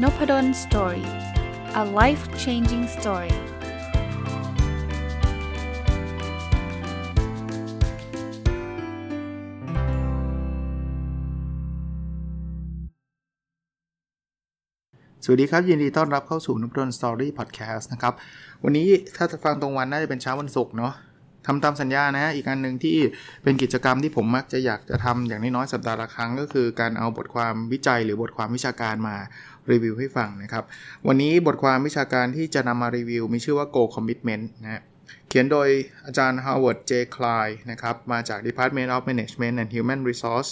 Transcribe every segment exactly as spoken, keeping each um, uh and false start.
Noppadan Story. A life-changing story. สวัสดีครับยินดีต้อนรับเข้าสู่ Noppadan Story Podcast นะครับวันนี้ถ้าจะฟังตรงวันน่าจะเป็นเช้าวันศุกร์เนาะทำตามสัญญานะฮะอีกอันนึงที่เป็นกิจกรรมที่ผมมักจะอยากจะทำอย่างน้อยๆสัปดาห์ละครั้งก็คือการเอาบทความวิจัยหรือบทความวิชาการมารีวิวให้ฟังนะครับวันนี้บทความวิชาการที่จะนำมารีวิวมีชื่อว่า Goal Commitment นะฮะเขียนโดยอาจารย์ Howard J. Klein นะครับมาจาก Department of Management and Human Resource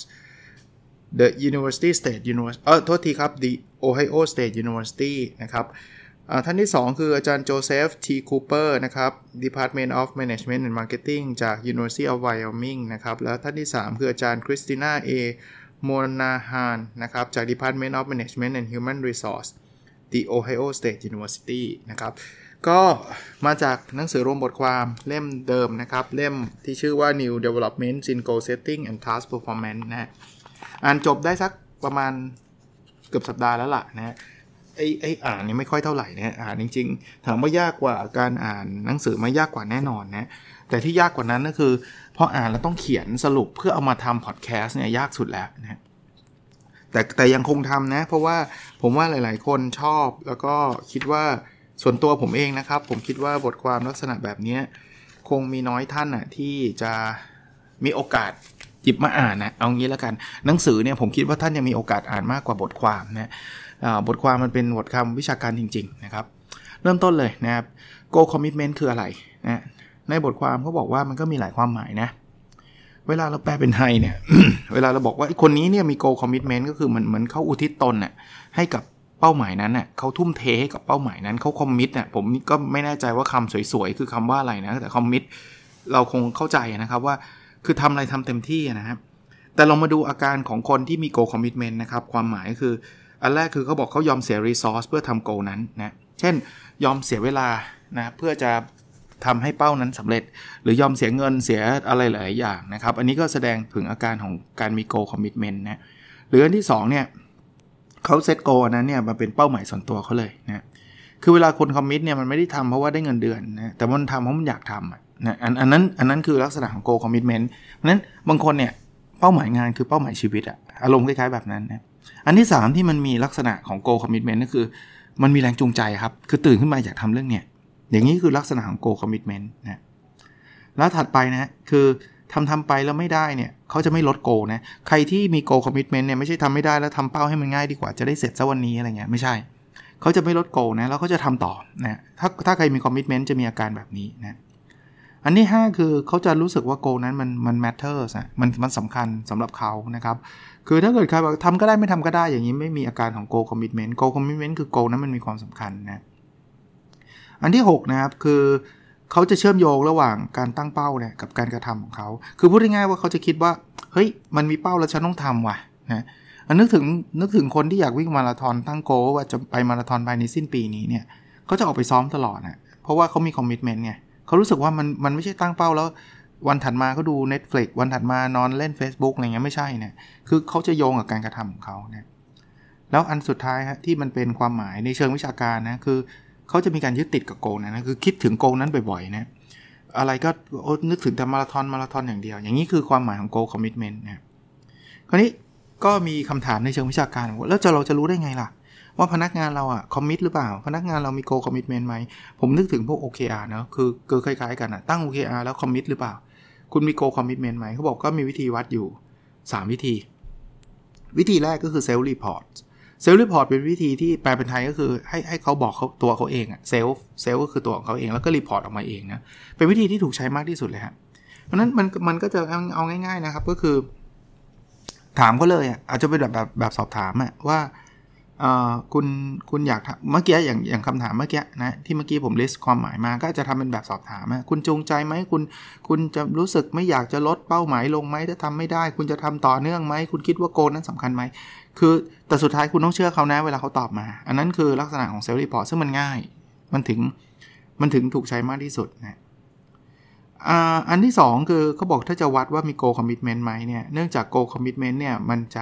The University State University เอ่อโทษทีครับ The Ohio State University นะครับท่านที่สองคืออาจารย์โจเซฟ ที คูเปอร์นะครับ Department of Management and Marketing จาก University of Wyoming นะครับแล้วท่านที่สามคืออาจารย์คริสติน่า เอ โมนาฮานนะครับจาก Department of Management and Human Resource The Ohio State University นะครับก็มาจากหนังสือรวมบทความเล่มเดิมนะครับเล่มที่ชื่อว่า New Developments in Goal Setting and Task Performance นะอ่านจบได้สักประมาณเกือบสัปดาห์แล้วล่ะนะไอ้ไอ้อ่านนี่ไม่ค่อยเท่าไหร่นะอ่านจริงๆถามว่ายากกว่าการอ่านหนังสือไม่ยากกว่าแน่นอนนะแต่ที่ยากกว่านั้นก็คือพออ่านแล้วต้องเขียนสรุปเพื่อเอามาทำพอดแคสต์เนี่ยยากสุดแล้วนะแต่แต่ยังคงทำนะเพราะว่าผมว่าหลายๆคนชอบแล้วก็คิดว่าส่วนตัวผมเองนะครับผมคิดว่าบทความลักษณะแบบนี้คงมีน้อยท่านน่ะที่จะมีโอกาสหยิบมาอ่านนะเอางี้แล้วกันหนังสือเนี่ยผมคิดว่าท่านยังมีโอกาสอ่านมากกว่าบทความนะบทความมันเป็นบทความวิชาการจริงๆนะครับเริ่มต้นเลยนะครับ Goal Commitment คืออะไรนะในบทความเขาบอกว่ามันก็มีหลายความหมายนะเวลาเราแปลเป็นไทยเนี่ย เวลาเราบอกว่าคนนี้เนี่ยมี Goal Commitment ก็คือเหมือนเหมือนเขาอุทิศตนน่ะให้กับเป้าหมายนั้นน่ะเขาทุ่มเทให้กับเป้าหมายนั้นเขาคอมมิตน่ะผมก็ไม่แน่ใจว่าคำสวยๆคือคำว่าอะไรนะแต่คอมมิตเราคงเข้าใจนะครับว่าคือทำอะไรทำเต็มที่นะครับแต่เรามาดูอาการของคนที่มี Goal Commitment นะครับความหมายคืออันแรกคือเขาบอกเขายอมเสีย resource เพื่อทำ goal นั้นนะเช่นยอมเสียเวลานะเพื่อจะทำให้เป้านั้นสำเร็จหรือยอมเสียเงินเสียอะไรหลายอย่างนะครับอันนี้ก็แสดงถึงอาการของการมี Goal Commitment นะหรืออันที่สองเนี่ยเขาเซต goal นั้นเนี่ยมาเป็นเป้าหมายส่วนตัวเขาเลยนะคือเวลาคน commit เนี่ยมันไม่ได้ทำเพราะว่าได้เงินเดือนนะแต่มันทำเพราะมันอยากทำนะอันอันนั้นอันนั้นคือลักษณะของ Goal Commitment เพราะฉะนั้นบางคนเนี่ยเป้าหมายงานคือเป้าหมายชีวิตอะอารมณ์คล้ายๆแบบนั้นนะอันที่สามที่มันมีลักษณะของ Goal Commitment ก็คือมันมีแรงจูงใจครับคือตื่นขึ้นมาอยากทำเรื่องเนี้ยอย่างนี้คือลักษณะของ Goal Commitment นะแล้วถัดไปนะคือทำทำไปแล้วไม่ได้เนี่ยเขาจะไม่ลด Goal นะใครที่มี Goal Commitment เนี่ยไม่ใช่ทำไม่ได้แล้วทำเป้าให้มันง่ายดีกว่าจะได้เสร็จซะวันนี้อะไรเงี้ยไม่ใช่เขาจะไม่ลด Goal นะแล้วเขาจะทำต่อนะถ้าถ้าใครมี Commitment จะมีอาการแบบนี้นะอันที่ห้าคือเขาจะรู้สึกว่า goal นั้นมันมัน matters อ่ะมันมันสำคัญสำหรับเขานะครับคือถ้าเกิดใครบอกทำก็ได้ไม่ทำก็ได้อย่างนี้ไม่มีอาการของ goal commitment goal commitment คือ goal นั้นมันมีความสำคัญนะอันที่หกนะครับคือเขาจะเชื่อมโยงระหว่างการตั้งเป้าเนี่ยกับการกระทำของเขาคือพูดง่ายๆว่าเขาจะคิดว่าเฮ้ยมันมีเป้าแล้วฉันต้องทำว่ะนะอันนึกถึงนึกถึงคนที่อยากวิ่งมาราธอนตั้ง goal ว่าจะไปมาราธอนภายในสิ้นปีนี้เนี่ยเขาจะออกไปซ้อมตลอดนะเพราะว่าเขามี commitment ไงเขารู้สึกว่ามันมันไม่ใช่ตั้งเป้าแล้ววันถัดมาก็ดู Netflix วันถัดมานอนเล่น Facebook อะไรเงี้ยไม่ใช่เนี่ยคือเขาจะโยงกับการกระทำของเขาเนี่ยแล้วอันสุดท้ายฮะที่มันเป็นความหมายในเชิงวิชาการนะคือเขาจะมีการยึดติดกับโกลนะนะคือคิดถึงโกลนั้นบ่อยๆนะอะไรก็นึกถึงแต่มาราธอนมาราธอนอย่างเดียวอย่างนี้คือความหมายของ Goal Commitment นะคราวนี้ก็มีคำถามในเชิงวิชาการว่าแล้วจะเราจะรู้ได้ไงล่ะว่าพนักงานเราอ่ะคอมมิตหรือเปล่าพนักงานเรามี Goal Commitment ไหมผมนึกถึงพวก โอ เค อาร์ เนาะคือคือคล้ายๆกันอ่ะตั้ง โอ เค อาร์ แล้วคอมมิตหรือเปล่าคุณมี Goal Commitment ไหมเขาบอกก็มีวิธีวัดอยู่สามวิธีวิธีแรกก็คือ Self Report Self Report เป็นวิธีที่แปลเป็นไทยก็คือให้ให้เขาบอกเขาตัวเขาเองอ่ะ Self Self ก็คือตัวของเขาเองแล้วก็ Report ออกมาเองนะเป็นวิธีที่ถูกใช้มากที่สุดเลยฮะเพราะนั้นมันมันก็จะเอาง่ายๆนะครับก็คือถามเขาเลยอ่ะอาจจะเป็นแบบแบบแบบสอบถามอ่ะว่าเอ่อคุณคุณอยากเมื่อกี้อย่างอย่างคำถามเมื่อกี้นะที่เมื่อกี้ผม list ความหมายมาก็จะทำเป็นแบบสอบถามอ่ะคุณจูงใจไหมคุณคุณจะรู้สึกไม่อยากจะลดเป้าหมายลงไหมถ้าทำไม่ได้คุณจะทำต่อเนื่องไหมคุณคิดว่าโกลนั้นสำคัญไหมคือแต่สุดท้ายคุณต้องเชื่อเขานะเวลาเขาตอบมาอันนั้นคือลักษณะของ self report ซึ่งมันง่ายมันถึงมันถึงถูกใช้มากที่สุดนะอ่าอันที่สองคือเขาบอกถ้าจะวัดว่ามี goal commitment ไหมเนี่ยเนื่องจาก goal commitment เนี่ยมันจะ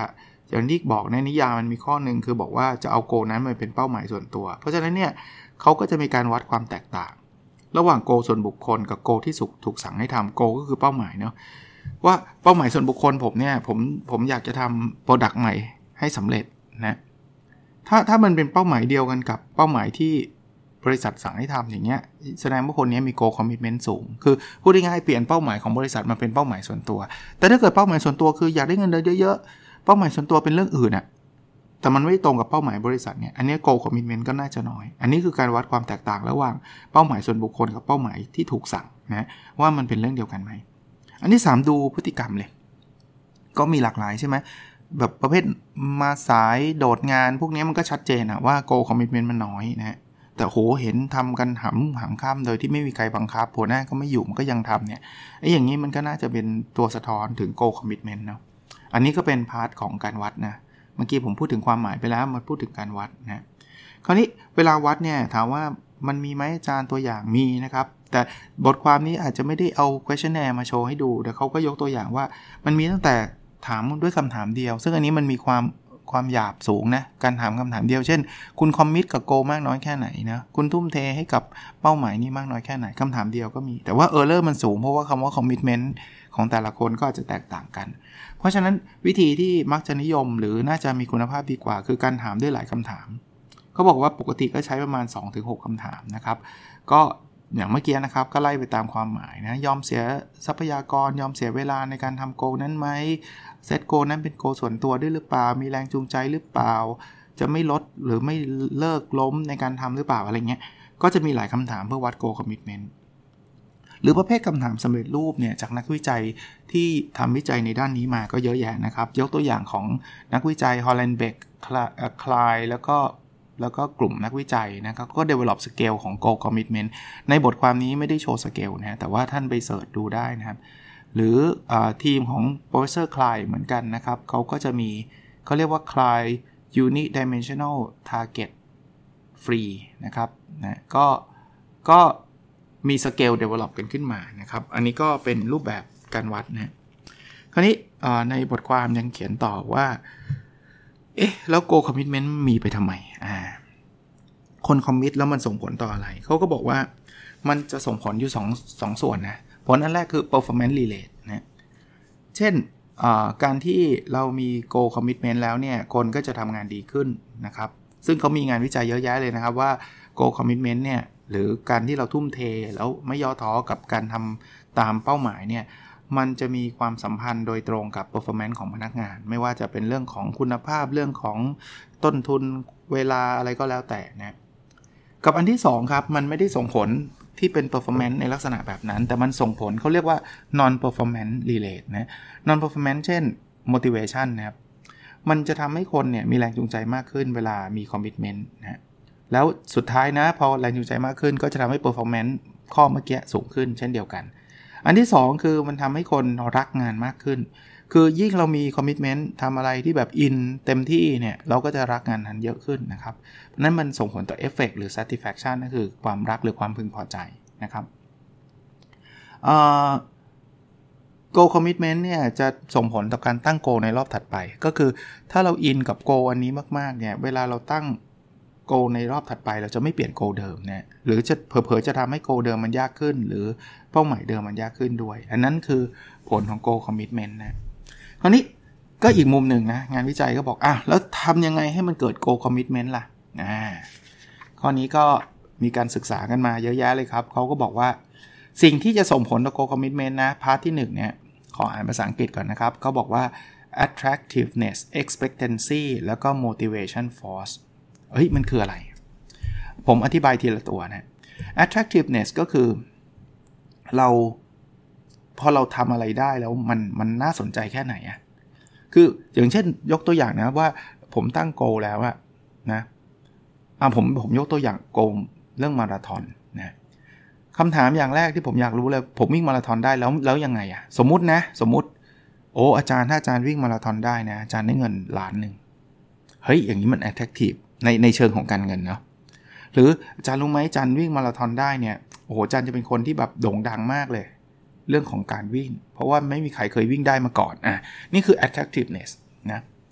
อย่างที่บอกในนิยามมันมีข้อนึงคือบอกว่าจะเอาโกนั้นมาเป็นเป้าหมายส่วนตัวเพราะฉะนั้นเนี่ยเขาก็จะมีการวัดความแตกต่างระหว่างโกส่วนบุคคลกับโกที่ถูกสั่งให้ทำโกก็คือเป้าหมายเนาะว่าเป้าหมายส่วนบุคคลผมเนี่ยผมผมอยากจะทำโปรดักต์ใหม่ให้สำเร็จนะถ้าถ้ามันเป็นเป้าหมายเดียวกันกับเป้าหมายที่บริษัทสั่งให้ทำอย่างเงี้ยแสดงว่าคนนี้มี goal commitment สูงคือพูดง่ายๆเปลี่ยนเป้าหมายของบริษัทมาเป็นเป้าหมายส่วนตัวแต่ถ้าเกิดเป้าหมายส่วนตัวคืออยากได้เงินเดือนเยอะๆเป้าหมายส่วนตัวเป็นเรื่องอื่นอะแต่มันไม่ตรงกับเป้าหมายบริษัทเนี่ยอันนี้ goal commitment ก็น่าจะน้อยอันนี้คือการวัดความแตกต่างระหว่างเป้าหมายส่วนบุคคลกับเป้าหมายที่ถูกสั่งนะว่ามันเป็นเรื่องเดียวกันไหมอันที่สามดูพฤติกรรมเลยก็มีหลากหลายใช่ไหมแบบประเภทมาสายโดดงานพวกนี้มันก็ชัดเจนอะว่า goal commitment มันน้อยนะแต่โหเห็นทำกันหำหางข้ามโดยที่ไม่มีใครบังคับหัวหน้าก็ไม่อยู่มันก็ยังทำเนี่ยไอ้อย่างนี้มันก็น่าจะเป็นตัวสะท้อนถึง goal commitment เนาะอันนี้ก็เป็นพาร์ทของการวัดนะเมื่อกี้ผมพูดถึงความหมายไปแล้วมาพูดถึงการวัดนะคราวนี้เวลาวัดเนี่ยถามว่ามันมีไหมอาจารย์ตัวอย่างมีนะครับแต่บทความนี้อาจจะไม่ได้เอา questionnaire มาโชว์ให้ดูแต่เขาก็ยกตัวอย่างว่ามันมีตั้งแต่ถามด้วยคำถามเดียวซึ่งอันนี้มันมีความความหยาบสูงนะการถามคำถามเดียวเช่นคุณคอมมิตกับโกมากน้อยแค่ไหนนะคุณทุ่มเทให้กับเป้าหมายนี้มากน้อยแค่ไหนคำถามเดียวก็มีแต่ว่าเออร์เลอร์มันสูงเพราะว่าคำว่าคอมมิตเมนต์ของแต่ละคนก็อาจจะแตกต่างกันเพราะฉะนั้นวิธีที่มักจะนิยมหรือน่าจะมีคุณภาพดีกว่าคือการถามด้วยหลายคำถามเขาบอกว่าปกติก็ใช้ประมาณ สองถึงหก คำถามนะครับก็อย่างเมื่อกี้นะครับก็ไล่ไปตามความหมายนะยอมเสียทรัพยากรยอมเสียเวลาในการทำโกนั้นไหมเซตโกนั้นเป็นโกส่วนตัวด้วยหรือเปล่ามีแรงจูงใจหรือเปล่าจะไม่ลดหรือไม่เลิกล้มในการทำหรือเปล่าอะไรเงี้ยก็จะมีหลายคำถามเพื่อวัดโกคอมมิตเมนต์หรือประเภทคำถามสำเร็จรูปเนี่ยจากนักวิจัยที่ทำวิจัยในด้านนี้มาก็เยอะแยะนะครับยกตัวอย่างของนักวิจัยฮอลแลนด์เบกคลายแล้วก็แล้วก็กลุ่มนักวิจัยนะครับก็ develop scale ของ goal commitment ในบทความนี้ไม่ได้โชว์สเกลนะแต่ว่าท่านไปเสิร์ชดูได้นะครับหรืออทีมของ Professor Klein เหมือนกันนะครับเขาก็จะมีเขาเรียกว่า Klein Unidimensional Target Free นะครับนะก็ก็มีสเกล develop กันขึ้นมานะครับอันนี้ก็เป็นรูปแบบการวัดนะคราวนี้ในบทความยังเขียนต่อว่าเอ๊ะแล้ว goal commitment มีไปทำไมอ่าคนคอมมิตแล้วมันส่งผลต่ออะไรเขาก็บอกว่ามันจะส่งผลอยู่2 2ส่วนนะผลอันแรกคือ performance relate นะเช่นการที่เรามี goal commitment แล้วเนี่ยคนก็จะทำงานดีขึ้นนะครับซึ่งเขามีงานวิจัยเยอะแยะเลยนะครับว่า goal commitment เนี่ยหรือการที่เราทุ่มเทแล้วไม่ย่อท้อกับการทำตามเป้าหมายเนี่ยมันจะมีความสัมพันธ์โดยตรงกับ performance ของพนักงานไม่ว่าจะเป็นเรื่องของคุณภาพเรื่องของต้นทุนเวลาอะไรก็แล้วแต่นะกับอันที่สองครับมันไม่ได้ส่งผลที่เป็น performance ในลักษณะแบบนั้นแต่มันส่งผลเขาเรียกว่า non performance relate นะ non performance เช่น motivation นะครับมันจะทำให้คนเนี่ยมีแรงจูงใจมากขึ้นเวลามี commitment นะแล้วสุดท้ายนะพอแรงจูงใจมากขึ้นก็จะทำให้ performance ข้อเมื่อกี้สูงขึ้นเช่นเดียวกันอันที่สองคือมันทำให้คนรักงานมากขึ้นคือยิ่งเรามีคอมมิตเมนต์ทำอะไรที่แบบอินเต็มที่เนี่ยเราก็จะรักงานนั้นเยอะขึ้นนะครับนั้นมันส่งผลต่อเอฟเฟกต์หรือ satisfaction นั่นคือความรักหรือความพึงพอใจนะครับเอ่อ goal commitment เนี่ยจะส่งผลต่อการตั้ง goal ในรอบถัดไปก็คือถ้าเราอินกับ goal อันนี้มากๆเนี่ยเวลาเราตั้ง goal ในรอบถัดไปเราจะไม่เปลี่ยน goal เดิมเนี่ยหรือจะเผลอๆจะทำให้ goal เดิมมันยากขึ้นหรือเป้าหมายเดิมมันยากขึ้นด้วยอันนั้นคือผลของ goal commitment นะคราวนี้ก็อีกมุมหนึ่งนะงานวิจัยก็บอกอ่ะแล้วทำยังไงให้มันเกิด goal commitment ล่ะอ่าข้อนี้ก็มีการศึกษากันมาเยอะแยะเลยครับเขาก็บอกว่าสิ่งที่จะส่งผลต่อ goal commitment นะพาร์ทที่หนึ่งเนี่ยขออ่านภาษาอังกฤษก่อนนะครับเขาบอกว่า attractiveness expectancy แล้วก็ motivation force เฮ้ยมันคืออะไรผมอธิบายทีละตัวนะ attractiveness ก็คือเราพอเราทำอะไรได้แล้วมันมันน่าสนใจแค่ไหนอะคืออย่างเช่นยกตัวอย่างนะว่าผมตั้งโกลแล้วอะนะอ่ะผมผมยกตัวอย่างโกลเรื่องมาราธอนนะคำถามอย่างแรกที่ผมอยากรู้เลยผมวิ่งมาราธอนได้แล้วแล้วยังไงอะสมมุตินะสมมุติโอ้อาจารย์ถ้าอาจารย์วิ่งมาราธอนได้นะอาจารย์ได้เงินล้านนึงเฮ้ยอย่างนี้มัน attractive ในในเชิงของการเงินเนาะหรืออาจารย์รู้ไหมอาจารย์วิ่งมาราธอนได้เนี่ยโอ้โหอาจารย์จะเป็นคนที่แบบโด่งดังมากเลยเรื่องของการวิ่งเพราะว่าไม่มีใครเคยวิ่งได้มาก่อนอ่ะนี่คือ attractiveness นะ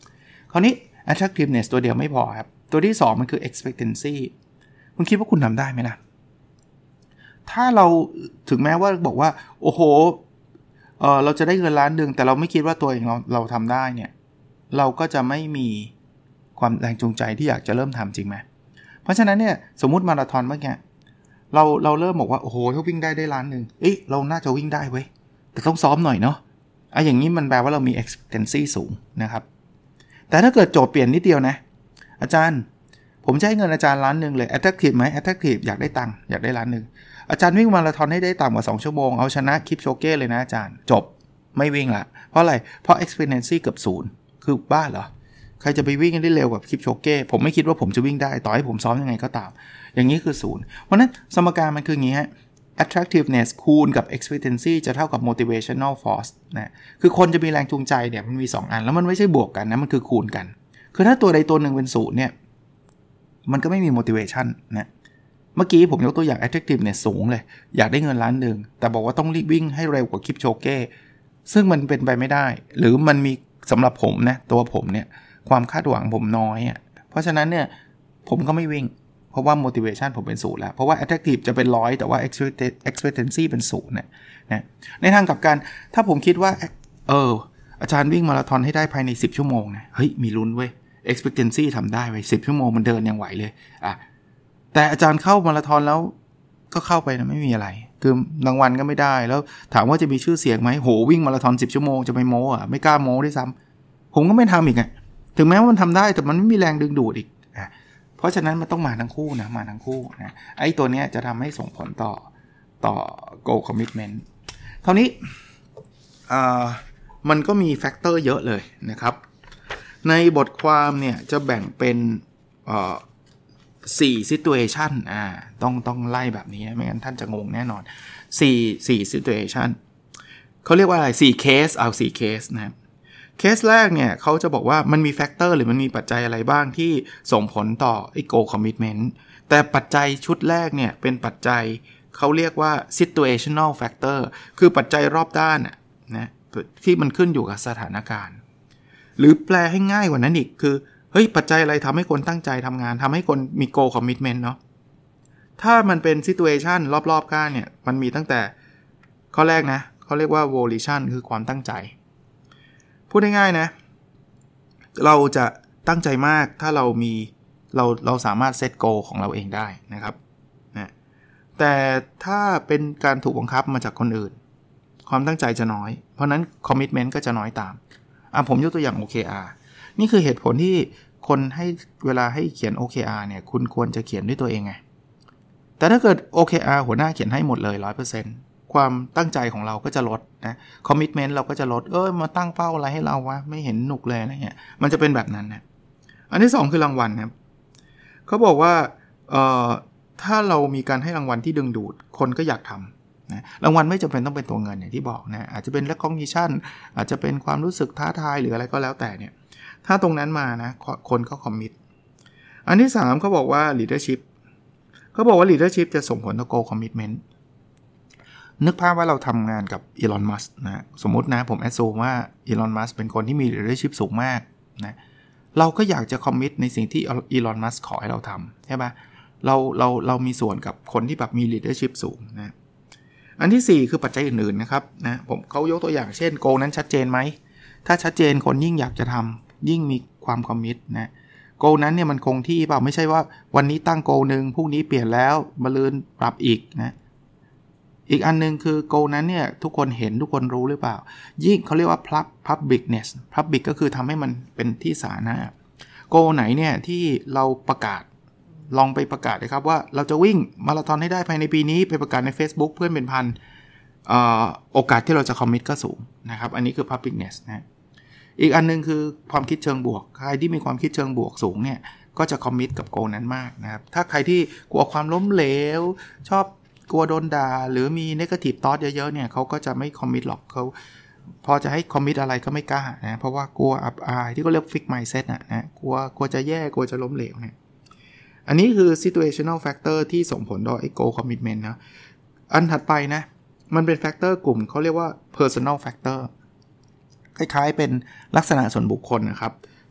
คราวนี้ attractiveness ตัวเดียวไม่พอครับตัวที่สองมันคือ expectancy คุณคิดว่าคุณทำได้ไหมล่ะถ้าเราถึงแม้ว่าบอกว่าโอ้โหเออเราจะได้เงินล้านนึงแต่เราไม่คิดว่าตัวเองเราเราทำได้เนี่ยเราก็จะไม่มีความแรงจูงใจที่อยากจะเริ่มทำจริงไหมเพราะฉะนั้นเนี่ยสมมุติมาราธอนเมื่อกี้เราเราเริ่มบอกว่าโอ้โหถ้าวิ่งได้ได้ล้านนึงเอ๊ะเราน่าจะวิ่งได้เว้ยแต่ต้องซ้อมหน่อยเนาะไอ้อย่างนี้มันแปลว่าเรามี expectancy สูงนะครับแต่ถ้าเกิดโจทย์เปลี่ยนนิดเดียวนะอาจารย์ผมจะให้เงินอาจารย์ล้านนึงเลย attractive ไหม attractive อยากได้ตังค์อยากได้ล้านนึงอาจารย์วิ่งมาราธอนให้ได้ต่ำกว่าสองชั่วโมงเอาชนะคิปโชเก้เลยนะอาจารย์จบไม่วิ่งละเพราะอะไรเพราะ expectancy เกือบศูนย์คือบ้าเหรอใครจะไปวิ่งได้เร็วกว่าคิปโชเก้ผมไม่คิดว่าผมจะวิ่งได้ต่อให้ผมซ้อมยังไงก็ตามอย่างนี้คือศูนย์เพราะนั้นสมการมันคืออย่างนี้ฮะ attractiveness คูณกับ expectancy จะเท่ากับ motivational force นะคือคนจะมีแรงจูงใจเนี่ยมันมีสองอันแล้วมันไม่ใช่บวกกันนะมันคือคูณกันคือถ้าตัวใดตัวหนึ่งเป็นศูนย์เนี่ยมันก็ไม่มี motivation นะเมื่อกี้ผมยกตัวอย่าง attractiveness สูงเลยอยากได้เงินล้านหนึ่งแต่บอกว่าต้องรีบวิ่งให้เร็วกว่าคิปโชเก้ซึ่งมันเป็นไปไม่ได้หรือมันมีสำหรับผมนะตัวผมเนี่ยความคาดหวังผมน้อยอ่ะเพราะฉะนั้นเนี่ยผมก็ไม่วิ่งเพราะว่า motivation ผมเป็นศูนย์แล้วเพราะว่า attractive จะเป็นหนึ่งร้อยแต่ว่า expectancy เป็นศูนย์นะนะในทางกลับกันถ้าผมคิดว่าเอออาจารย์วิ่งมาราธอนให้ได้ภายในสิบชั่วโมงนะเฮ้ยมีลุ้นเว้ย expectancy ทำได้เว้ยสิบชั่วโมงมันเดินยังไหวเลยอ่ะแต่อาจารย์เข้ามาราธอนแล้วก็เข้าไปนะไม่มีอะไรคือรางวัลก็ไม่ได้แล้วถามว่าจะมีชื่อเสียงไหมโหวิ่งมาราธอนสิบชั่วโมงจะไปโม้อ่ะไม่กล้าโม้ด้วยซ้ำผมก็ไม่ทำอีกอ่ะถึงแม้ว่ามันทำได้แต่มันไม่มีแรงดึงดูดอีกอ่ะเพราะฉะนั้นมันต้องมาทั้งคู่นะมาทั้งคู่นะไอ้ตัวเนี้ยจะทำให้ส่งผลต่อต่อ goal commitment คราวนี้อ่ามันก็มีแฟกเตอร์เยอะเลยนะครับในบทความเนี่ยจะแบ่งเป็นเอ่อสี่ situation อ่าต้องต้องไล่แบบนี้ไม่งั้นท่านจะงงแน่นอนสี่ สี่ situation เขาเรียกว่าอะไรสี่ case เอาสี่ case นะครับเคสแรกเนี่ยเขาจะบอกว่ามันมีแฟกเตอร์หรือมันมีปัจจัยอะไรบ้างที่ส่งผลต่อไอ้ goal commitment แต่ปัจจัยชุดแรกเนี่ยเป็นปัจจัยเขาเรียกว่า situational factor คือปัจจัยรอบด้านนะที่มันขึ้นอยู่กับสถานการณ์หรือแปลให้ง่ายกว่านั้นอีกคือเฮ้ยปัจจัยอะไรทำให้คนตั้งใจทำงานทำให้คนมี goal commitment เนาะถ้ามันเป็น situation รอบๆข้างเนี่ยมันมีตั้งแต่ข้อแรกนะเขาเรียกว่า volition คือความตั้งใจพูดง่ายๆนะเราจะตั้งใจมากถ้าเรามีเราเราสามารถเซตโกของเราเองได้นะครับนะแต่ถ้าเป็นการถูกบังคับมาจากคนอื่นความตั้งใจจะน้อยเพราะนั้นคอมมิตเมนต์ก็จะน้อยตามอ่ะผมยกตัวอย่าง โอ เค อาร์ นี่คือเหตุผลที่คนให้เวลาให้เขียน โอ เค อาร์ เนี่ยคุณควรจะเขียนด้วยตัวเองไงแต่ถ้าเกิด โอ เค อาร์ หัวหน้าเขียนให้หมดเลย ร้อยเปอร์เซ็นต์ ความตั้งใจของเราก็จะลดนะคอมมิตเมนต์เราก็จะลดเอ้ยมาตั้งเป้าอะไรให้เราวะไม่เห็นหนุกเลยอะไรเงี้ยมันจะเป็นแบบนั้นนะอันที่สองคือรางวัลครับเขาบอกว่าเอ่อถ้าเรามีการให้รางวัลที่ดึงดูดคนก็อยากทำนะรางวัลไม่จำเป็นต้องเป็นตัวเงินอย่างที่บอกนะอาจจะเป็น recognition อาจจะเป็นความรู้สึกท้าทายหรืออะไรก็แล้วแต่เนี่ยถ้าตรงนั้นมานะคนก็คอมมิตอันที่สามเขาบอกว่า leadership เขาบอกว่า leadership จะส่งผลต่อ goal commitmentนึกภาพว่าเราทำงานกับอีลอน มัสก์นะสมมุตินะผมแอดซูมว่าอีลอน มัสก์เป็นคนที่มี leadership สูงมากนะเราก็อยากจะคอมมิตในสิ่งที่อีลอน มัสก์ขอให้เราทำใช่ไหมเราเราเรามีส่วนกับคนที่แบบมี leadership สูงนะอันที่สี่คือปัจจัยอื่นๆนะครับนะผมเขายกตัวอย่างเช่นโกนั้นชัดเจนไหมถ้าชัดเจนคนยิ่งอยากจะทำยิ่งมีความคอมมิตนะโกนั้นเนี่ยมันคงที่เปล่าไม่ใช่ว่าวันนี้ตั้งโกนึงพรุ่งนี้เปลี่ยนแล้วมะรืนปรับอีกนะอีกอันนึงคือโกนั้นเนี่ยทุกคนเห็นทุกคนรู้หรือเปล่ายิ่งเขาเรียกว่า publicness public ก็คือทำให้มันเป็นที่สาธารณะโกไหนเนี่ยที่เราประกาศลองไปประกาศเลยครับว่าเราจะวิ่งมาราธอนให้ได้ภายในปีนี้ไปประกาศใน Facebook เพื่อนเป็นพันเอ่อโอกาสที่เราจะคอมมิตก็สูงนะครับอันนี้คือ publicness นะอีกอันนึงคือความคิดเชิงบวกใครที่มีความคิดเชิงบวกสูงเนี่ยก็จะคอมมิตกับโกนั้นมากนะครับถ้าใครที่กลัวความล้มเหลวชอบกลัวโดนด่าหรือมี negative thought เยอะๆเนี่ยเขาก็จะไม่คอมมิตหรอกเขาพอจะให้คอมมิตอะไรก็ไม่กล้านะเพราะว่ากลัวอับอายที่เขาเรียก fix mindset นะนะกลัวกลัวจะแย่กลัวจะล้มเหลวเนี่ยอันนี้คือ situational factor ที่ส่งผลต่อไอ้ goal commitment นะอันถัดไปนะมันเป็น factor กลุ่มเขาเรียกว่า personal factor คล้ายๆเป็นลักษณะส่วนบุคคลนะครับ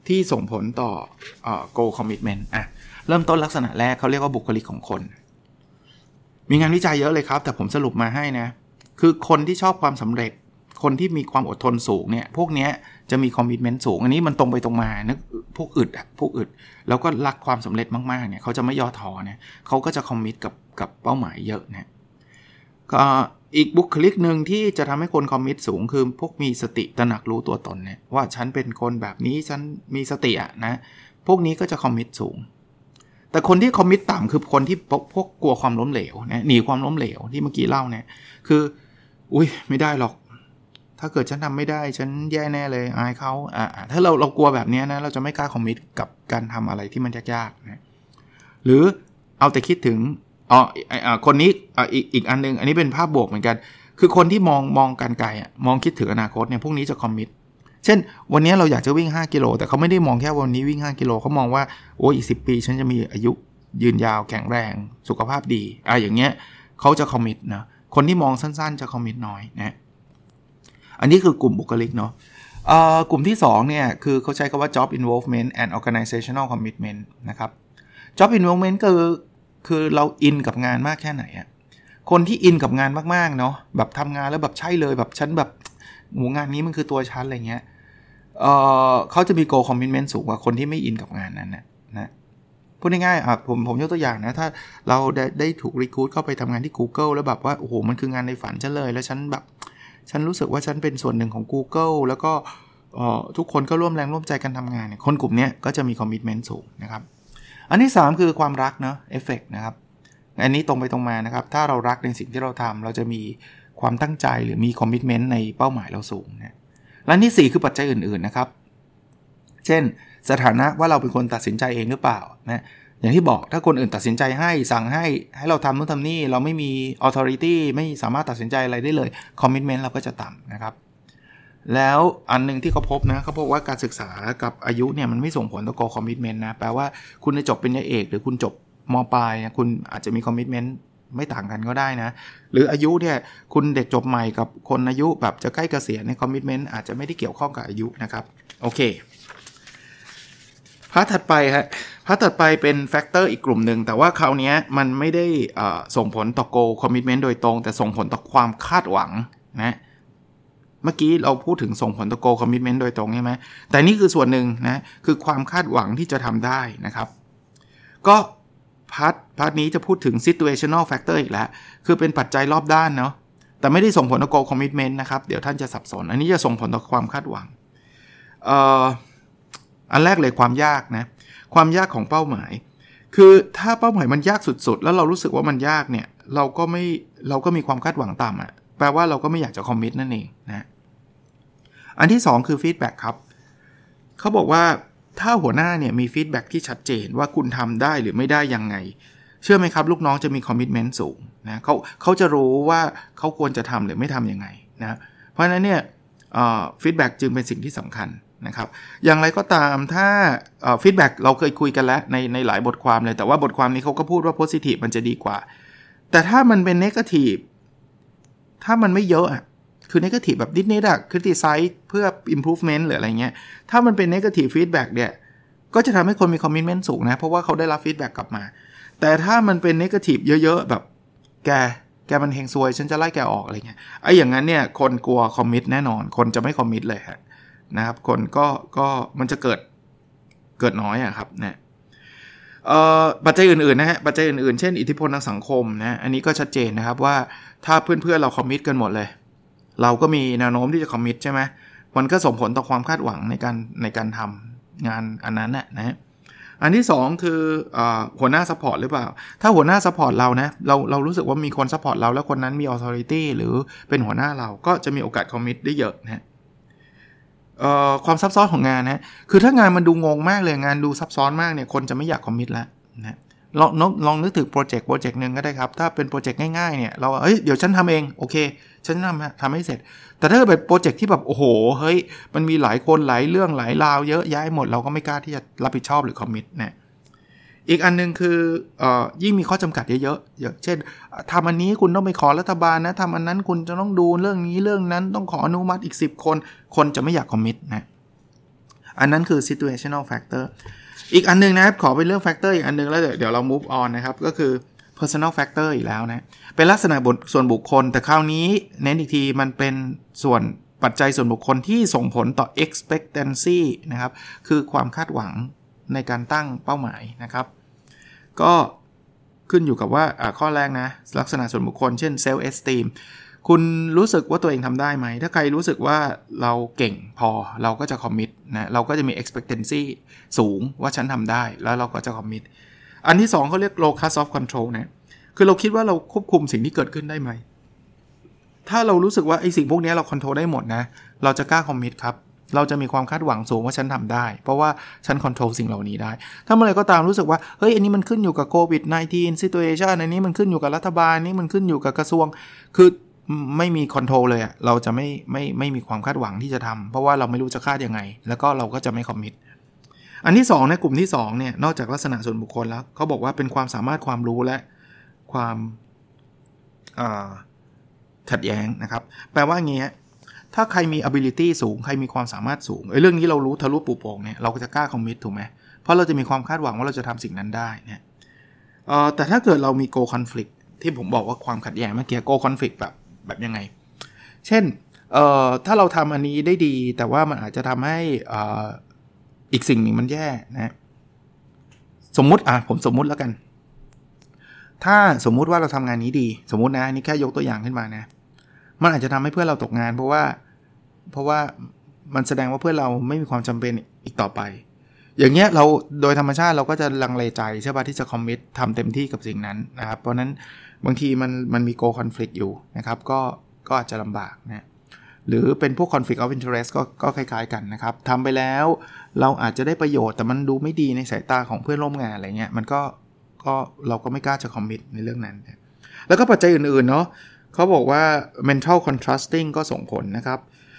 ที่ส่งผลต่อเอ่อ goal commitment อ่ะเริ่มต้นลักษณะแรกเขาเรียกว่าบุคลิกของคนมีงานวิจัยเยอะเลยครับแต่ผมสรุปมาให้นะคือคนที่ชอบความสำเร็จคนที่มีความอดทนสูงเนี่ยพวกนี้จะมีคอมมิตเมนต์สูงอันนี้มันตรงไปตรงมานะพวกอึดพวกอึดแล้วก็รักความสำเร็จมากๆเนี่ยเขาจะไม่ย่อท้อนะเขาก็จะคอมมิตกับกับเป้าหมายเยอะนะก็อีกบุคลิกนึงที่จะทำให้คนคอมมิตสูงคือพวกมีสติตระหนักรู้ตัวตนเนี่ยว่าฉันเป็นคนแบบนี้ฉันมีสติอะนะพวกนี้ก็จะคอมมิตสูงแต่คนที่คอมมิตต่ำคือคนที่พวกกลัวความล้มเหลวนะหนีความล้มเหลวที่เมื่อกี้เล่าเนี่ยคืออุ้ยไม่ได้หรอกถ้าเกิดฉันทำไม่ได้ฉันแย่แน่เลยอายเขาอ่าถ้าเราเรากลัวแบบนี้นะเราจะไม่กล้าคอมมิตกับการทำอะไรที่มันยากๆนะหรือเอาแต่คิดถึงอ๋ออ่าคนนี้อ่าอีกอีกอันนึงอันนี้เป็นภาพบวกเหมือนกันคือคนที่มองมองการไกลอ่ะมองคิดถึงอนาคตเนี่ยพวกนี้จะคอมมิตเช่นวันนี้เราอยากจะวิ่งห้ากิโลแต่เขาไม่ได้มองแค่วันนี้วิ่งห้ากิโลเขามองว่าโอ้อีกสิบปีฉันจะมีอายุยืนยาวแข็งแรงสุขภาพดีอ่ะอย่างเงี้ยเขาจะคอมมิตนะคนที่มองสั้นๆจะคอมมิตน้อยนะอันนี้คือกลุ่มบุคลิกเนาะเอ่อกลุ่มที่สองเนี่ยคือเขาใช้คำว่า job involvement and organizational commitment นะครับ job involvement คือคือเราอินกับงานมากแค่ไหนอะคนที่อินกับงานมากๆเนาะแบบทำงานแล้วแบบใช่เลยแบบฉันแบบโหงานนี้มันคือตัวฉันอะไรเงี้ยเอ่อเขาจะมี goal commitment สูงกว่าคนที่ไม่อินกับงานนั้นนะนะพูดง่ายๆอ่ะผมผมยกตัวอย่างนะถ้าเราได้ได้ถูกรีครูทเข้าไปทำงานที่ Google แล้วแบบว่าโอ้โหมันคืองานในฝันฉันเลยแล้วฉันแบบฉันรู้สึกว่าฉันเป็นส่วนหนึ่งของ Google แล้วก็เอ่อทุกคนก็ร่วมแรงร่วมใจกันทำงานเนี่ยคนกลุ่มนี้ก็จะมี commitment สูงนะครับอันที่สามคือความรักเนาะ effect นะครับอันนี้ตรงไปตรงมานะครับถ้าเรารักในสิ่งที่เราทำเราจะมีความตั้งใจหรือมี commitment ในเป้าหมายเราสูงนะและที่สี่คือปัจจัยอื่นๆนะครับเช่นสถานะว่าเราเป็นคนตัดสินใจเองหรือเปล่านะอย่างที่บอกถ้าคนอื่นตัดสินใจให้สั่งให้ให้เราทำนู่นทำนี่เราไม่มี authority ไม่สามารถตัดสินใจอะไรได้เลย commitment เราก็จะต่ำนะครับแล้วอันนึงที่เขาพบนะเขาพบว่าการศึกษากับอายุเนี่ยมันไม่ส่งผลต่อ goal commitment นะแปลว่าคุณจะจบปริญญาเอกหรือคุณจบม.ปลายนะคุณอาจจะมี commitment ไม่ต่างกันก็ได้นะหรืออายุเนี่ยคุณเด็กจบใหม่กับคนอายุแบบจะใกล้เกษียณใน commitment อาจจะไม่ได้เกี่ยวข้องกับอายุนะครับโอเคพาร์ทถัดไปฮะพาร์ทถัดไปเป็นแฟกเตอร์อีกกลุ่มหนึ่งแต่ว่าคราวนี้มันไม่ได้ส่งผลต่อ goal commitment โดยตรงแต่ส่งผลต่อความคาดหวังนะเมื่อกี้เราพูดถึงส่งผลต่อ goal commitment โดยตรงใช่ไหมแต่นี่คือส่วนหนึ่งนะคือความคาดหวังที่จะทำได้นะครับก็พาร์ทพาร์ทนี้จะพูดถึง situational factor อีกแล้วคือเป็นปัจจัยรอบด้านเนาะแต่ไม่ได้ส่งผลต่อ goal commitment นะครับเดี๋ยวท่านจะสับสนอันนี้จะส่งผลต่อความคาดหวังเอ่ออันแรกเลยความยากนะความยากของเป้าหมายคือถ้าเป้าหมายมันยากสุดๆแล้วเรารู้สึกว่ามันยากเนี่ยเราก็ไม่เราก็มีความคาดหวังต่ำอ่ะแปลว่าเราก็ไม่อยากจะคอมมิตนั่นเองนะอันที่สองคือฟีดแบ็กครับเขาบอกว่าถ้าหัวหน้าเนี่ยมีฟีดแบ็กที่ชัดเจนว่าคุณทำได้หรือไม่ได้ยังไงเชื่อไหมครับลูกน้องจะมีคอมมิตเมนต์สูงนะเขาเขาจะรู้ว่าเขาควรจะทำหรือไม่ทำยังไงนะเพราะฉะนั้นเนี่ยฟีดแบ็กจึงเป็นสิ่งที่สำคัญนะครับอย่างไรก็ตามถ้าฟีดแบ็กเราเคยคุยกันแล้วในในหลายบทความเลยแต่ว่าบทความนี้เขาก็พูดว่า positive มันจะดีกว่าแต่ถ้ามันเป็น negative ถ้ามันไม่เยอะอ่ะคือ negative แบบนิดๆอ่ะ criticize เพื่อ improvement หรืออะไรเงี้ยถ้ามันเป็น negative feedback เนี่ยก็จะทำให้คนมี commitment สูงนะเพราะว่าเขาได้รับ feedback กลับมาแต่ถ้ามันเป็น negative เยอะๆแบบแกแกมันเฮงซวยฉันจะไล่แกออกอะไรเงี้ยไอ้อย่างนั้นเนี่ยคนกลัว commit แน่นอนคนจะไม่ commit เลยฮะนะครับคนก็ก็มันจะเกิดเกิดน้อยอะครับนะเอ่อปัจจัยอื่นๆนะฮะปัจจัยอื่นๆเช่นอิทธิพลทางสังคมนะอันนี้ก็ชัดเจนนะครับว่าถ้าเพื่อนๆเราคอมมิตกันหมดเลยเราก็มีแนวโน้มที่จะคอมมิตใช่ไหมมันก็ส่งผลต่อความคาดหวังในการในการทำงานอันนั้นนะนะอันที่สองคือเอ่อหัวหน้าซัพพอร์ตหรือเปล่าถ้าหัวหน้าซัพพอร์ตเรานะเราเรารู้สึกว่ามีคนซัพพอร์ตเราแล้วคนนั้นมี authority หรือเป็นหัวหน้าเราก็จะมีโอกาสคอมมิตได้เยอะนะเอ่อความซับซ้อนของงานนะคือถ้างานมันดูงงมากเลยงานดูซับซ้อนมากเนี่ยคนจะไม่อยากคอมมิตแล้วนะลองลองนึกถึงโปรเจกต์โปรเจกต์นึงก็ได้ครับถ้าเป็นโปรเจกต์ง่ายๆเนี่ยเราเอ้ยเดี๋ยวฉันทำเองโอเคฉันทำทำให้เสร็จแต่ถ้าเป็นโปรเจกต์ที่แบบโอ้โหเฮ้ยมันมีหลายคนหลายเรื่องหลายราวเยอะแยะหมดเราก็ไม่กล้าที่จะรับผิดชอบหรือคอมมิตนะอีกอันนึงคือเอ่อยิ่งมีข้อจำกัดเยอะๆอย่างเช่นทำอันนี้คุณต้องไปขอรัฐบาลนะทำอันนั้นคุณจะต้องดูเรื่องนี้เรื่องนั้นต้องขออนุมัติอีกสิบคนคนจะไม่อยากคอมมิตนะอันนั้นคือ situational factor อีกอันนึงนะครับขอเป็นเรื่อง factor อีกอันนึงแล้วเดี๋ยวเรา move on นะครับก็คือ personal factor อีกแล้วนะเป็นลักษณะส่วนบุคคลแต่คราวนี้เน้นอีกทีมันเป็นส่วนปัจจัยส่วนบุคคลที่ส่งผลต่อ expectancy นะครับคือความคาดหวังในการตั้งเป้าหมายนะครับก็ขึ้นอยู่กับว่าข้อแรกนะลักษณะส่วนบุคคลเช่น self esteem คุณรู้สึกว่าตัวเองทำได้ไหมถ้าใครรู้สึกว่าเราเก่งพอเราก็จะ commit นะเราก็จะมี expectancy สูงว่าฉันทำได้แล้วเราก็จะ commit อันที่สองเขาเรียก locus of control นะคือเราคิดว่าเราควบคุมสิ่งที่เกิดขึ้นได้ไหมถ้าเรารู้สึกว่าไอ้สิ่งพวกนี้เรา control ได้หมดนะเราจะกล้า commit ครับเราจะมีความคาดหวังสูงว่าฉันทำได้เพราะว่าฉัน control สิ่งเหล่านี้ได้ถ้าเมื่อไหร่ก็ตามรู้สึกว่าเฮ้ยอันนี้มันขึ้นอยู่กับโควิด สิบเก้า situation อันนี้มันขึ้นอยู่กับรัฐบาลนี่มันขึ้นอยู่กับกระทรวงคือไม่มี control เลยอะเราจะไม่ไม่ไม่มีความคาดหวังที่จะทำเพราะว่าเราไม่รู้จะคาดยังไงแล้วก็เราก็จะไม่ commit อันที่สองนะกลุ่มที่สองเนี่ยนอกจากลักษณะส่วนบุคคลแล้วเขาบอกว่าเป็นความสามารถความรู้และความขัดแย้งนะครับแปลว่างี้ถ้าใครมี ability สูงใครมีความสามารถสูงไอ้เรื่องนี้เรารู้ทะลุปูโป่งเนี่ยเราก็จะกล้า commit ถูกไหมเพราะเราจะมีความคาดหวังว่าเราจะทำสิ่งนั้นได้เนี่ยเอ่อแต่ถ้าเกิดเรามี goal conflict ที่ผมบอกว่าความขัดแย้งเมื่อกี้ goal conflict แบบแบบยังไงเช่นเอ่อถ้าเราทำอันนี้ได้ดีแต่ว่ามันอาจจะทำให้อ่าอีกสิ่งหนึ่งมันแย่นะสมมุติอ่ะผมสมมุติแล้วกันถ้าสมมุติว่าเราทำงานนี้ดีสมมุตินะนี่แค่ยกตัวอย่างขึ้นมานะมันอาจจะทำให้เพื่อนเราตกงานเพราะว่าเพราะว่ามันแสดงว่าเพื่อนเราไม่มีความจำเป็นอีกต่อไปอย่างเงี้ยเราโดยธรรมชาติเราก็จะลังเลใจใช่ป่ะที่จะคอมมิตทำเต็มที่กับสิ่งนั้นนะครับเพราะนั้นบางทีมันมันมี goal conflict อยู่นะครับก็ก็อาจจะลำบากนะหรือเป็นพวก conflict of interest ก็ก็คล้ายๆกันนะครับทำไปแล้วเราอาจจะได้ประโยชน์แต่มันดูไม่ดีในสายตาของเพื่อนร่วมงานอะไรเงี้ยมันก็ก็เราก็ไม่กล้าจะคอมมิตในเรื่องนั้นนะแล้วก็ปัจจัยอื่นๆเนาะเขาบอกว่า mental contrasting ก็ส่งผลนะครับ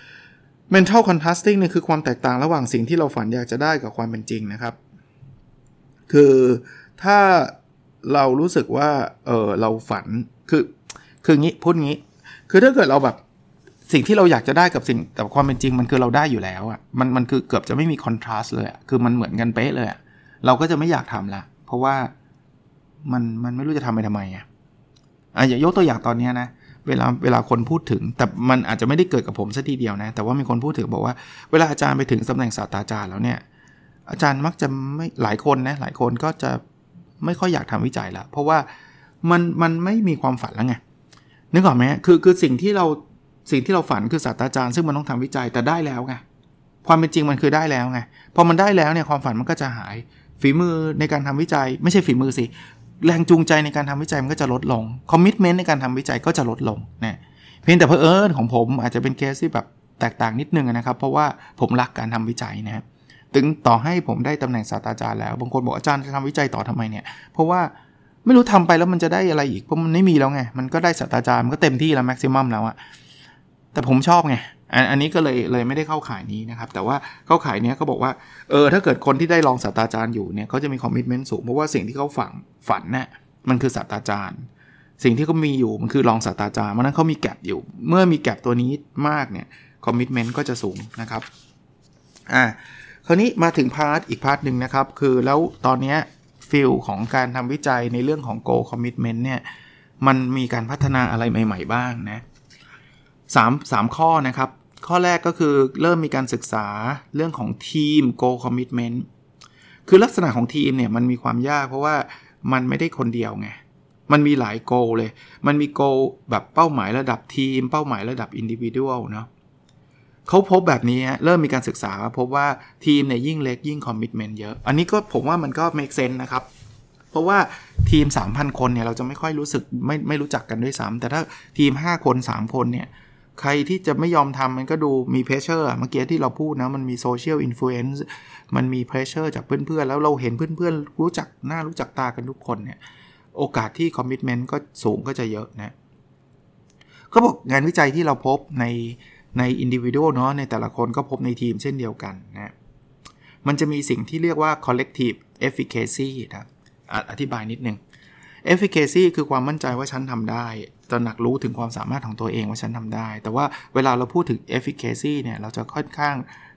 mental contrasting เนี่ยคือความแตกต่างระหว่างสิ่งที่เราฝันอยากจะได้กับความเป็นจริงนะครับคือถ้าเรารู้สึกว่าเออเราฝันคือคืองี้พูดงี้คือถ้าเกิดเราแบบสิ่งที่เราอยากจะได้กับสิ่งแต่ความเป็นจริงมันคือเราได้อยู่แล้วอ่ะมันมันคือเกือบจะไม่มี contrast เลยอ่ะคือมันเหมือนกันเป๊ะเลยอ่ะเราก็จะไม่อยากทำละเพราะว่ามันมันไม่รู้จะทำไปทำไมอ่ะอ่ะอย่ายกตัวอย่างตอนนี้นะเวลาเวลาคนพูดถึงแต่มันอาจจะไม่ได้เกิดกับผมซะทีเดียวนะแต่ว่ามีคนพูดถึงบอกว่าเวลาอาจารย์ไปถึงตำแหน่งศาสตราจารย์แล้วเนี่ยอาจารย์มักจะไม่หลายคนนะหลายคนก็จะไม่ค่อยอยากทำวิจัยละเพราะว่ามันมันไม่มีความฝันแล้วไงนึกออกไหมคือคือสิ่งที่เราสิ่งที่เราฝันคือศาสตราจารย์ซึ่งมันต้องทำวิจัยแต่ได้แล้วไงความเป็นจริงมันคือได้แล้วไงพอมันได้แล้วเนี่ยความฝันมันก็จะหายฝีมือในการทำวิจัยไม่ใช่ฝีมือสิแรงจูงใจในการทำวิจัยมันก็จะลดลงคอมมิตเมนต์ในการทำวิจัยก็จะลดลงนะเพียงแต่เผอิญของผมอาจจะเป็นเคสที่แบบแตกต่างนิดนึงนะครับเพราะว่าผมรักการทำวิจัยนะครับถึงต่อให้ผมได้ตำแหน่งศาสตราจารย์แล้วบางคนบอกอาจารย์จะทำวิจัยต่อทำไมเนี่ยเพราะว่าไม่รู้ทำไปแล้วมันจะได้อะไรอีกเพราะมันไม่มีแล้วไงมันก็ได้ศาสตราจารย์มันก็เต็มที่แล้วแม็กซิมัมแล้วอะแต่ผมชอบไงอันนี้ก็เลยเลยไม่ได้เข้าข่ายนี้นะครับแต่ว่าเข้าข่ายนี้เขาบอกว่าเออถ้าเกิดคนที่ได้รองศาสตราจารย์อยู่เนี่ยเขาจะมีคอมมิตเมนต์สูงเพราะว่าสิ่งที่เขาฝันฝันเนี่ยมันคือศาสตราจารย์สิ่งที่เขามีอยู่มันคือรองศาสตราจารย์เพราะนั้นเขามีแกปอยู่เมื่อมีแกปตัวนี้มากเนี่ยคอมมิตเมนต์ก็จะสูงนะครับอ่าคราวนี้มาถึงพาร์ทอีกพาร์ทนึงนะครับคือแล้วตอนนี้ฟิลของการทำวิจัยในเรื่องของ goal commitment เนี่ยมันมีการพัฒนาอะไรใหม่ๆบ้างนะสาม สามข้อนะครับข้อแรกก็คือเริ่มมีการศึกษาเรื่องของทีม goal commitment คือลักษณะของทีมเนี่ยมันมีความยากเพราะว่ามันไม่ได้คนเดียวไงมันมีหลาย goal เลยมันมี goal แบบเป้าหมายระดับทีมเป้าหมายระดับ individual เนาะเขาพบแบบนี้เริ่มมีการศึกษาพบว่าทีมเนี่ยยิ่งเล็กยิ่ง commitment เยอะอันนี้ก็ผมว่ามันก็ make sense นะครับเพราะว่าทีม สามพัน คนเนี่ยเราจะไม่ค่อยรู้สึกไม่ไม่รู้จักกันด้วยซ้ำแต่ถ้าทีมห้าคนสามคนเนี่ยใครที่จะไม่ยอมทำมันก็ดูมี pressure เมื่อกี้ที่เราพูดนะมันมี social influence มันมี pressure จากเพื่อนๆแล้วเราเห็นเพื่อนๆรู้จักหน้ารู้จักตากันทุกคนเนี่ยโอกาสที่ commitment ก็สูงก็จะเยอะนะเขาบอกงานวิจัยที่เราพบในใน individual เนาะในแต่ละคนก็พบในทีมเช่นเดียวกันนะมันจะมีสิ่งที่เรียกว่า collective efficacy นะอธิบายนิดนึง efficacy คือความมั่นใจว่าฉันทำได้ตระหนักรู้ถึงความสามารถของตัวเองว่าฉันทำได้แต่ว่าเวลาเราพูดถึง efficacy เนี่ยเราจะค่อนข้าง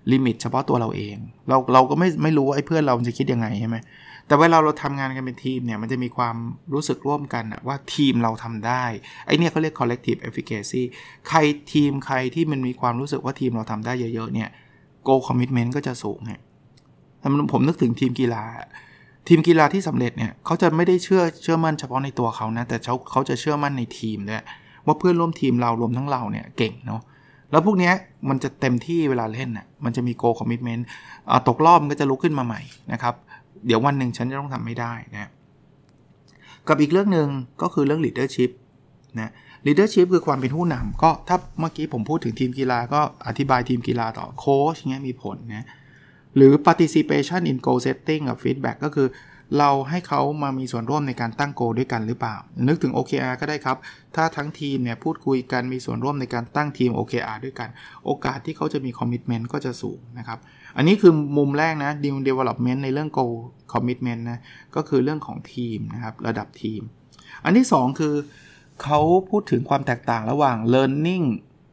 ลิมิตเฉพาะตัวเราเองเราเราก็ไม่ไม่รู้ว่าไอ้เพื่อนเราจะคิดยังไงใช่ไหมแต่เวลาเราทำงานกันเป็นทีมเนี่ยมันจะมีความรู้สึกร่วมกันอะว่าทีมเราทำได้ไอ้เนี่ยเขาเรียก collective efficacy ใครทีมใครที่มันมีความรู้สึกว่าทีมเราทำได้เยอะๆเนี่ย goal commitment ก็จะสูงฮะผมนึกถึงทีมกีฬาทีมกีฬาที่สำเร็จเนี่ยเขาจะไม่ได้เชื่อเชื่อมั่นเฉพาะในตัวเขานะแต่เขาเขาจะเชื่อมั่นในทีมด้วยว่าเพื่อนร่วมทีมเรารวมทั้งเราเนี่ยเก่งเนาะแล้วพวกนี้มันจะเต็มที่เวลาเล่นน่ะมันจะมี goal commitment อ่าตกรอบมันก็จะลุกขึ้นมาใหม่นะครับเดี๋ยววันหนึ่งฉันจะต้องทำไม่ได้นะกับอีกเรื่องนึงก็คือเรื่อง leadership นะ leadership คือความเป็นผู้นำก็ถ้าเมื่อกี้ผมพูดถึงทีมกีฬาก็อธิบายทีมกีฬาต่อโค้ชเงี้ยมีผลนะหรือ participation in goal setting กับ feedback ก็คือเราให้เขามามีส่วนร่วมในการตั้งโกลด้วยกันหรือเปล่านึกถึง โอ เค อาร์ ก็ได้ครับถ้าทั้งทีมเนี่ยพูดคุยกันมีส่วนร่วมในการตั้งทีม โอ เค อาร์ ด้วยกันโอกาสที่เขาจะมี commitment ก็จะสูงนะครับอันนี้คือมุมแรกนะ New Development ในเรื่อง goal commitment นะก็คือเรื่องของทีมนะครับระดับทีมอันที่สองคือเขาพูดถึงความแตกต่างระหว่าง learning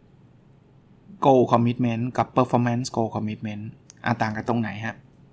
goal commitment กับ performance goal commitment อ่ะต่างกันตรงไหนฮะ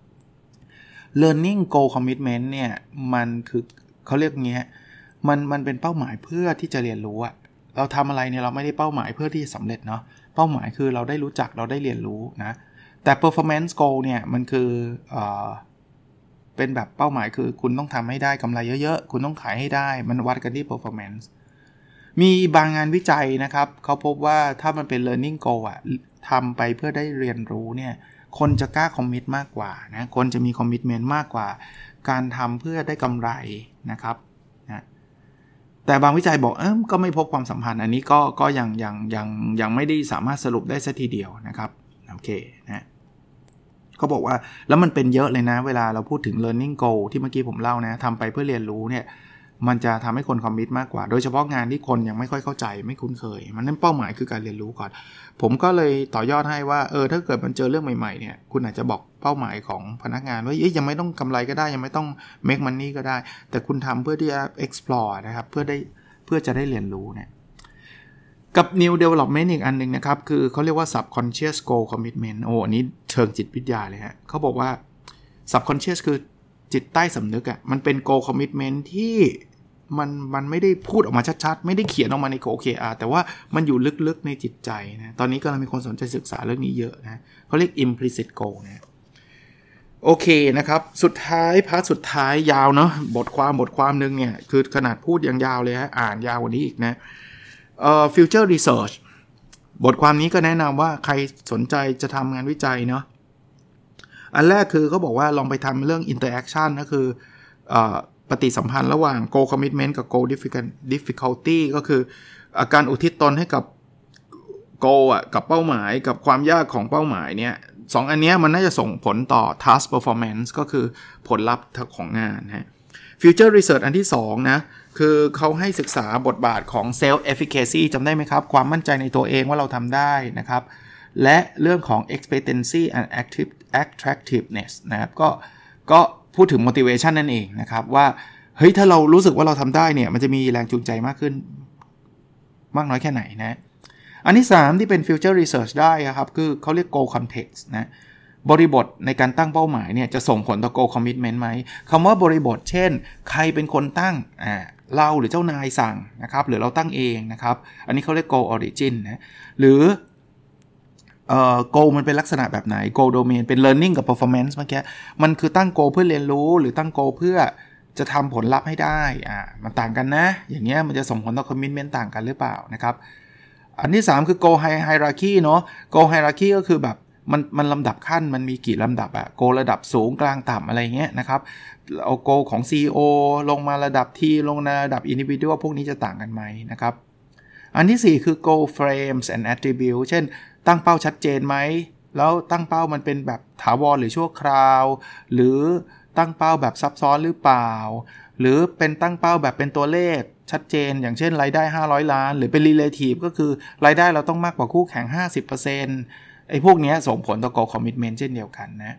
learning goal commitment เนี่ยมันคือเขาเรียกงี้มันมันเป็นเป้าหมายเพื่อที่จะเรียนรู้อะเราทำอะไรเนี่ยเราไม่ได้เป้าหมายเพื่อที่จะสำเร็จเนาะเป้าหมายคือเราได้รู้จักเราได้เรียนรู้นะแต่ performance goal เนี่ยมันคือเอ่อเป็นแบบเป้าหมายคือคุณต้องทำให้ได้กำไรเยอะๆคุณต้องขายให้ได้มันวัดกันที่ performance มีบางงานวิจัยนะครับเขาพบว่าถ้ามันเป็น learning goal อะทำไปเพื่อได้เรียนรู้เนี่ยคนจะกล้าคอมมิตมากกว่านะคนจะมีคอมมิตเมนต์มากกว่าการทำเพื่อได้กำไรนะครับนะแต่บางวิจัยบอกเออก็ไม่พบความสัมพันธ์อันนี้ก็ก็ยังยังยังยังไม่ได้สามารถสรุปได้สักทีเดียวนะครับโอเคนะเขาบอกว่าแล้วมันเป็นเยอะเลยนะเวลาเราพูดถึง learning goal ที่เมื่อกี้ผมเล่านะทำไปเพื่อเรียนรู้เนี่ยมันจะทำให้คนคอมมิตมากกว่าโดยเฉพาะงานที่คนยังไม่ค่อยเข้าใจไม่คุ้นเคยมันนั่นเป้าหมายคือการเรียนรู้ก่อนผมก็เลยต่อยอดให้ว่าเออถ้าเกิดมันเจอเรื่องใหม่ๆเนี่ยคุณอาจจะบอกเป้าหมายของพนักงานว่าเอ้ยยังไม่ต้องกำไรก็ได้ยังไม่ต้อง make money ก็ได้แต่คุณทำเพื่อที่จะ explore นะครับเพื่อได้เพื่อจะได้เรียนรู้เนี่ยกับ new development อีกอันนึงนะครับคือเขาเรียกว่า subconscious goal commitment โอ้อันนี้เชิงจิตวิทยาเลยฮะเขาบอกว่า subconscious คือจิตใต้สำนึกอ่ะมันเป็น goal commitment ที่มันมันไม่ได้พูดออกมาชัดๆไม่ได้เขียนออกมาใน โอ เค อาร์ แต่ว่ามันอยู่ลึกๆในจิตใจนะตอนนี้กำลังมีคนสนใจศึกษาเรื่องนี้เยอะนะเขาเรียก implicit goal นะโอเคนะครับสุดท้ายพาร์ทสุดท้ายยาวเนาะบทความบทความนึงเนี่ยคือขนาดพูดยังยาวเลยฮะอ่านยาวกว่านี้อีกนะเอ่อ future research บทความนี้ก็แนะนำว่าใครสนใจจะทำงานวิจัยเนาะอันแรกคือเขาบอกว่าลองไปทำเรื่อง interaction ก็คือเอ่อปฏิสัมพันธ์ระหว่าง goal commitment กับ goal difficulty ก็คืออาการอุทิศตนให้กับ goal อ่ะกับเป้าหมายกับความยากของเป้าหมายเนี่ยสองอันนี้มันน่าจะส่งผลต่อ task performance ก็คือผลลัพธ์ของงานฮะ future research อันที่สองนะคือเขาให้ศึกษาบทบาทของ self efficacy จำได้ไหมครับความมั่นใจในตัวเองว่าเราทำได้นะครับและเรื่องของ expectancy and active attractiveness นะครับก็ก็พูดถึง motivation นั่นเองนะครับว่าเฮ้ยถ้าเรารู้สึกว่าเราทำได้เนี่ยมันจะมีแรงจูงใจมากขึ้นมากน้อยแค่ไหนนะอันที่สามที่เป็น future research ได้ครับคือเขาเรียก goal context นะบริบทในการตั้งเป้าหมายเนี่ยจะส่งผลต่อ goal commitment ไหมคำว่าบริบทเช่นใครเป็นคนตั้งอ่าเราหรือเจ้านายสั่งนะครับหรือเราตั้งเองนะครับอันนี้เขาเรียก goal origin นะหรือเอ่อ goal มันเป็นลักษณะแบบไหน goal domain เป็น learning กับ performance เมื่อกี้มันคือตั้ง goal เพื่อเรียนรู้หรือตั้ง goal เพื่อจะทำผลลัพธ์ให้ได้อ่ามันต่างกันนะอย่างเงี้ยมันจะส่งผลต่อ commitment ต่างกันหรือเปล่านะครับอันที่สามคือ goal hierarchy เนาะ goal hierarchy ก็คือแบบมันมันลำดับขั้นมันมีกี่ลำดับอะ goal ระดับสูงกลางต่ำอะไรเงี้ยนะครับเอา goal ของ ซี อี โอ ลงมาระดับทีลงมาระดับ individual พวกนี้จะต่างกันไหมนะครับอันที่สี่คือ goal frames and attributes เช่นตั้งเป้าชัดเจนไหมแล้วตั้งเป้ามันเป็นแบบถาวรหรือชั่วคราวหรือตั้งเป้าแบบซับซ้อนหรือเปล่าหรือเป็นตั้งเป้าแบบเป็นตัวเลขชัดเจนอย่างเช่นรายได้ห้าร้อยล้านหรือเป็น relative ก็คือรายได้เราต้องมากกว่าคู่แข่ง ห้าสิบเปอร์เซ็นต์ ไอ้พวกนี้ส่งผลต่อ goal commitment เช่นเดียวกันนะ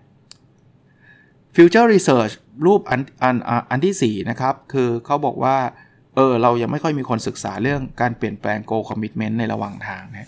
future research รูปอันอันอันที่สี่นะครับคือเขาบอกว่าเออเรายังไม่ค่อยมีคนศึกษาเรื่องการเปลี่ยนแปลง goal commitment ในระหว่างทางนะ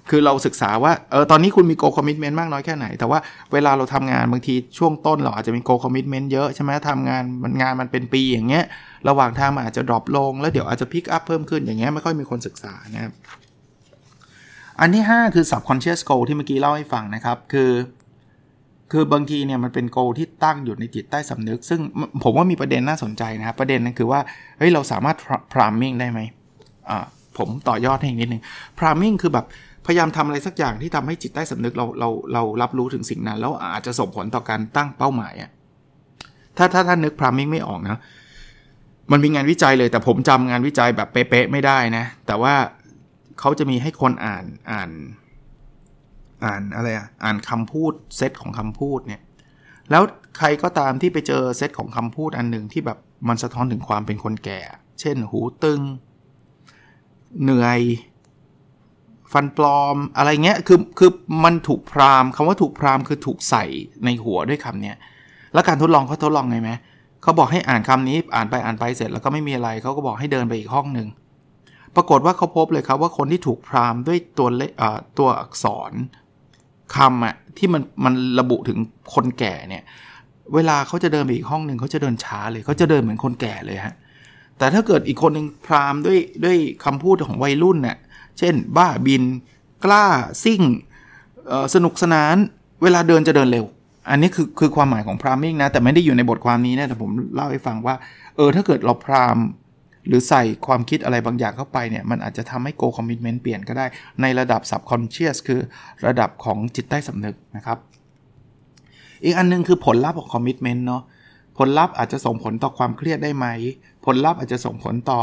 คือเราศึกษาว่าเออตอนนี้คุณมี goal commitment มากน้อยแค่ไหนแต่ว่าเวลาเราทำงานบางทีช่วงต้นเราอาจจะมี goal commitment เยอะใช่ไหมทำงานมันงานมันเป็นปีอย่างเงี้ยระหว่างทางมันอาจจะ drop ลงแล้วเดี๋ยวอาจจะ pick up เพิ่มขึ้นอย่างเงี้ยไม่ค่อยมีคนศึกษานะครับอันที่ห้าคือ subconscious goal ที่เมื่อกี้เล่าให้ฟังนะครับคือคือบางทีเนี่ยมันเป็น goal ที่ตั้งอยู่ในจิตใต้สำนึกซึ่งผมว่ามีประเด็นน่าสนใจนะครับประเด็นนั้นคือว่าเฮ้ยเราสามารถ priming ได้ไหมอ่าผมต่อยอดให้อีกนิดนึง priming คือแบบพยายามทำอะไรสักอย่างที่ทำให้จิตใต้สำนึกเราเราเรารับรู้ถึงสิ่งนั้นแล้วอาจจะส่งผลต่อการตั้งเป้าหมายอ่ะถ้าถ้าท่านนึก priming ไม่ออกนะมันมีงานวิจัยเลยแต่ผมจำงานวิจัยแบบเป๊ะๆไม่ได้นะแต่ว่าเขาจะมีให้คนอ่านอ่านอ่านอะไรอ่ะอ่านคำพูดเซตของคำพูดเนี่ยแล้วใครก็ตามที่ไปเจอเซตของคำพูดอันนึงที่แบบมันสะท้อนถึงความเป็นคนแก่เช่นหูตึงเหนื่อยฟันปลอมอะไรเงี้ยคือคือมันถูกพรามคำว่าถูกพรามคือถูกใส่ในหัวด้วยคำเนี้ยแล้วการทดลองเขาทดลองไงไหมเขาบอกให้อ่านคำนี้อ่านไปอ่านไปเสร็จแล้วก็ไม่มีอะไรเขาก็บอกให้เดินไปอีกห้องนึงปรากฏว่าเขาพบเลยครับว่าคนที่ถูกพรามด้วยตัวเลอ่าตัวอักษรคำอ่ะที่มันมันระบุถึงคนแก่เนี่ยเวลาเขาจะเดินไปอีกห้องนึงเขาจะเดินช้าเลยเขาจะเดินเหมือนคนแก่เลยฮะแต่ถ้าเกิดอีกคนนึงพรามด้วยด้วยคำพูดของวัยรุ่นน่ะเช่นบ้าบินกล้าซิ่งสนุกสนานเวลาเดินจะเดินเร็วอันนี้คือคือความหมายของ priming นะแต่ไม่ได้อยู่ในบทความนี้นะแต่ผมเล่าให้ฟังว่าเออถ้าเกิดเราพรามหรือใส่ความคิดอะไรบางอย่างเข้าไปเนี่ยมันอาจจะทำให้ goal commitment เปลี่ยนก็ได้ในระดับ subconscious คือระดับของจิตใต้สำนึกนะครับอีกอันนึงคือผลลัพธ์ของ commitment เนาะผลลัพธ์อาจจะส่งผลต่อความเครียดได้ไหมผลลัพธ์อาจจะส่งผลต่อ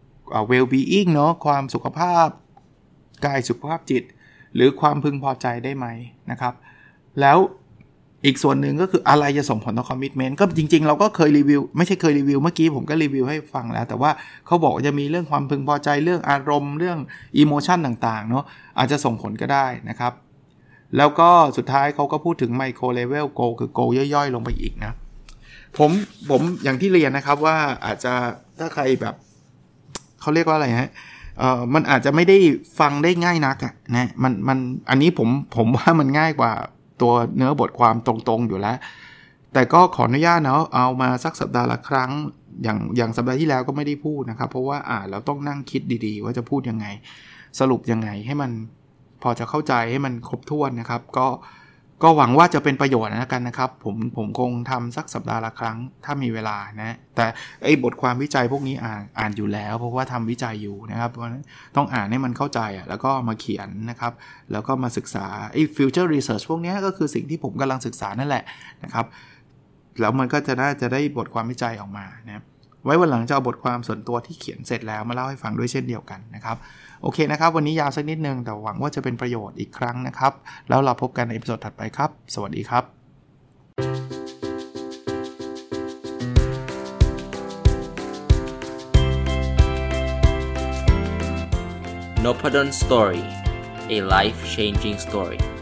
well being เนาะความสุขภาพกายสุขภาพจิตหรือความพึงพอใจได้ไหมนะครับแล้วอีกส่วนหนึ่งก็คืออะไรจะส่งผลต่อคอมมิตเมนต์ก็จริงๆเราก็เคยรีวิวไม่ใช่เคยรีวิวเมื่อกี้ผมก็รีวิวให้ฟังแล้วแต่ว่าเขาบอกว่าจะมีเรื่องความพึงพอใจเรื่องอารมณ์เรื่องอิโมชันต่างๆเนาะอาจจะส่งผลก็ได้นะครับแล้วก็สุดท้ายเขาก็พูดถึงไมโครเลเวลโกคือโกย่อยๆลงไปอีกนะผมผมอย่างที่เรียนนะครับว่าอาจจะถ้าใครแบบเขาเรียกว่าอะไรฮะเอ่อมันอาจจะไม่ได้ฟังได้ง่ายนักอ่ะนะมันมันอันนี้ผมผมว่ามันง่ายกว่าตัวเนื้อบทความตรงๆอยู่แล้วแต่ก็ขออนุญาตเนาะเอามาสักสัปดาห์ละครั้งอย่างอย่างสัปดาห์ที่แล้วก็ไม่ได้พูดนะครับเพราะว่าอ่านแล้วต้องนั่งคิดดีๆว่าจะพูดยังไงสรุปยังไงให้มันพอจะเข้าใจให้มันครบถ้วนนะครับก็ก็หวังว่าจะเป็นประโยชน์นะกันนะครับผมผมคงทำสักสัปดาห์ละครั้งถ้ามีเวลานะแต่ไอ้บทความวิจัยพวกนี้อ่านอ่านอยู่แล้วเพราะว่าทำวิจัยอยู่นะครับเพราะฉะนั้นต้องอ่านให้มันเข้าใจอ่ะแล้วก็มาเขียนนะครับแล้วก็มาศึกษาไอ้ future research พวกนี้ก็คือสิ่งที่ผมกำลังศึกษานั่นแหละนะครับแล้วมันก็จะน่าจะได้บทความวิจัยออกมานะไว้วันหลังจะเอาบทความส่วนตัวที่เขียนเสร็จแล้วมาเล่าให้ฟังด้วยเช่นเดียวกันนะครับโอเคนะครับวันนี้ยาวสักนิดนึงแต่หวังว่าจะเป็นประโยชน์อีกครั้งนะครับแล้วเราพบกันในอีพิโซดถัดไปครับสวัสดีครับ Nopadon Story, a life-changing story